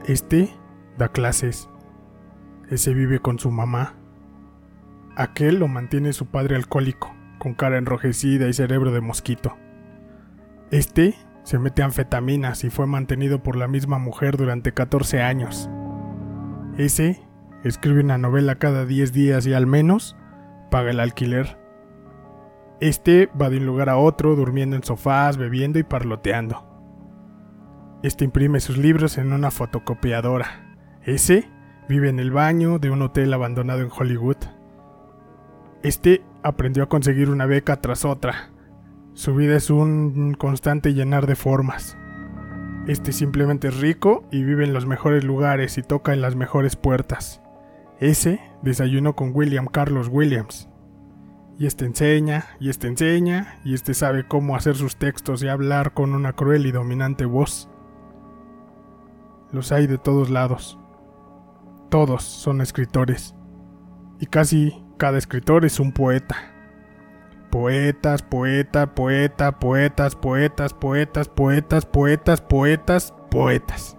Este da clases. Ese vive con su mamá. Aquel lo mantiene su padre alcohólico, con cara enrojecida y cerebro de mosquito. Este se mete anfetaminas y fue mantenido por la misma mujer durante 14 años. Ese escribe una novela cada 10 días y al menos paga el alquiler. Este va de un lugar a otro durmiendo en sofás, bebiendo y parloteando. Este imprime sus libros en una fotocopiadora. Ese vive en el baño de un hotel abandonado en Hollywood. Este aprendió a conseguir una beca tras otra. Su vida es un constante llenar de formas. Este simplemente es rico y vive en los mejores lugares y toca en las mejores puertas. Ese desayunó con William Carlos Williams. Y este enseña, y este enseña, y este sabe cómo hacer sus textos y hablar con una cruel y dominante voz. Los hay de todos lados. Todos son escritores. Y casi cada escritor es un poeta. Poetas, poeta, poeta, poetas, poetas, poetas, poetas, poetas, poetas, poetas.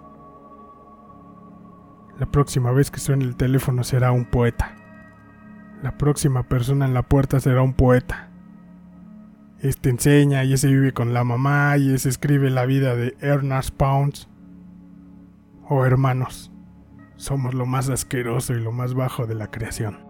La próxima vez que suene el teléfono será un poeta. La próxima persona en la puerta será un poeta. Este enseña y ese vive con la mamá y ese escribe la vida de Ernest Pounds. Oh hermanos, somos lo más asqueroso y lo más bajo de la creación.